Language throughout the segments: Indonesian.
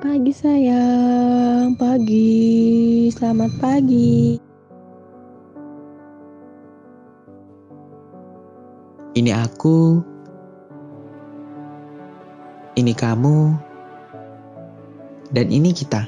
Pagi sayang, pagi, selamat pagi. Ini aku, ini kamu, dan ini kita.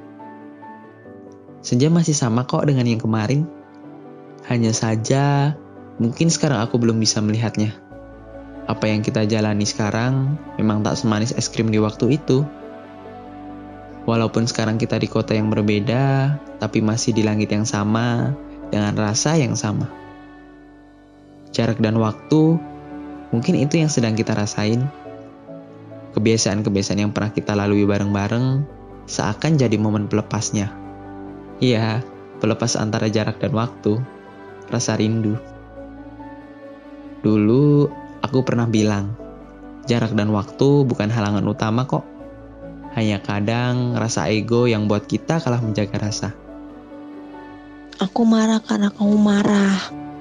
Senja masih sama kok dengan yang kemarin. Hanya saja, mungkin sekarang aku belum bisa melihatnya. Apa yang kita jalani sekarang memang tak semanis es krim di waktu itu. Walaupun sekarang kita di kota yang berbeda, tapi masih di langit yang sama, dengan rasa yang sama. Jarak dan waktu, mungkin itu yang sedang kita rasain. Kebiasaan-kebiasaan yang pernah kita lalui bareng-bareng, seakan jadi momen pelepasnya. Iya, pelepas antara jarak dan waktu, rasa rindu. Dulu, aku pernah bilang, jarak dan waktu bukan halangan utama kok. Hanya kadang rasa ego yang buat kita kalah menjaga rasa. Aku marah karena kamu marah.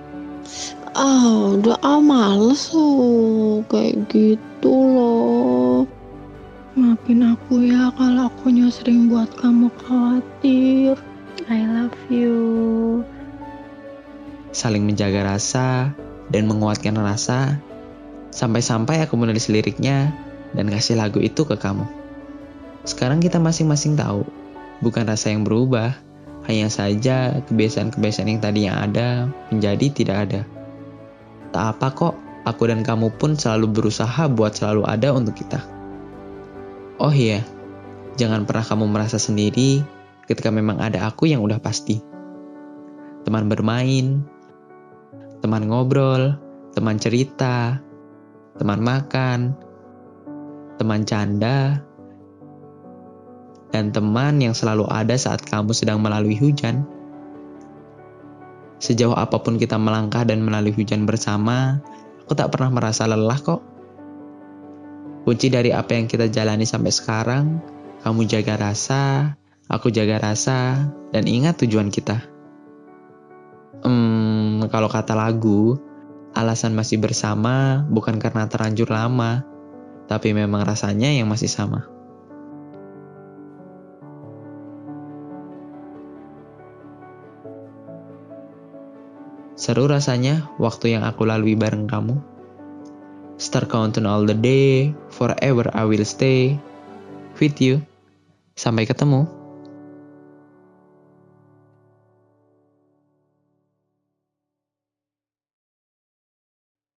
Udah males loh, kayak gitu loh. Maafin aku ya kalau akunya sering buat kamu khawatir. I love you. Saling menjaga rasa dan menguatkan rasa, sampai-sampai aku menulis liriknya dan kasih lagu itu ke kamu. Sekarang kita masing-masing tahu, bukan rasa yang berubah, hanya saja kebiasaan-kebiasaan yang tadinya ada menjadi tidak ada. Tak apa kok, aku dan kamu pun selalu berusaha buat selalu ada untuk kita. Oh iya, jangan pernah kamu merasa sendiri ketika memang ada aku yang udah pasti. Teman bermain, teman ngobrol, teman cerita, teman makan, teman canda, dan teman yang selalu ada saat kamu sedang melalui hujan. Sejauh apapun kita melangkah dan melalui hujan bersama, aku tak pernah merasa lelah kok. Kunci dari apa yang kita jalani sampai sekarang, kamu jaga rasa, aku jaga rasa, dan ingat tujuan kita. Kalau kata lagu, alasan masih bersama bukan karena terlanjur lama, tapi memang rasanya yang masih sama. Seru rasanya waktu yang aku lalui bareng kamu. Start counting all the day, forever I will stay with you. Sampai ketemu.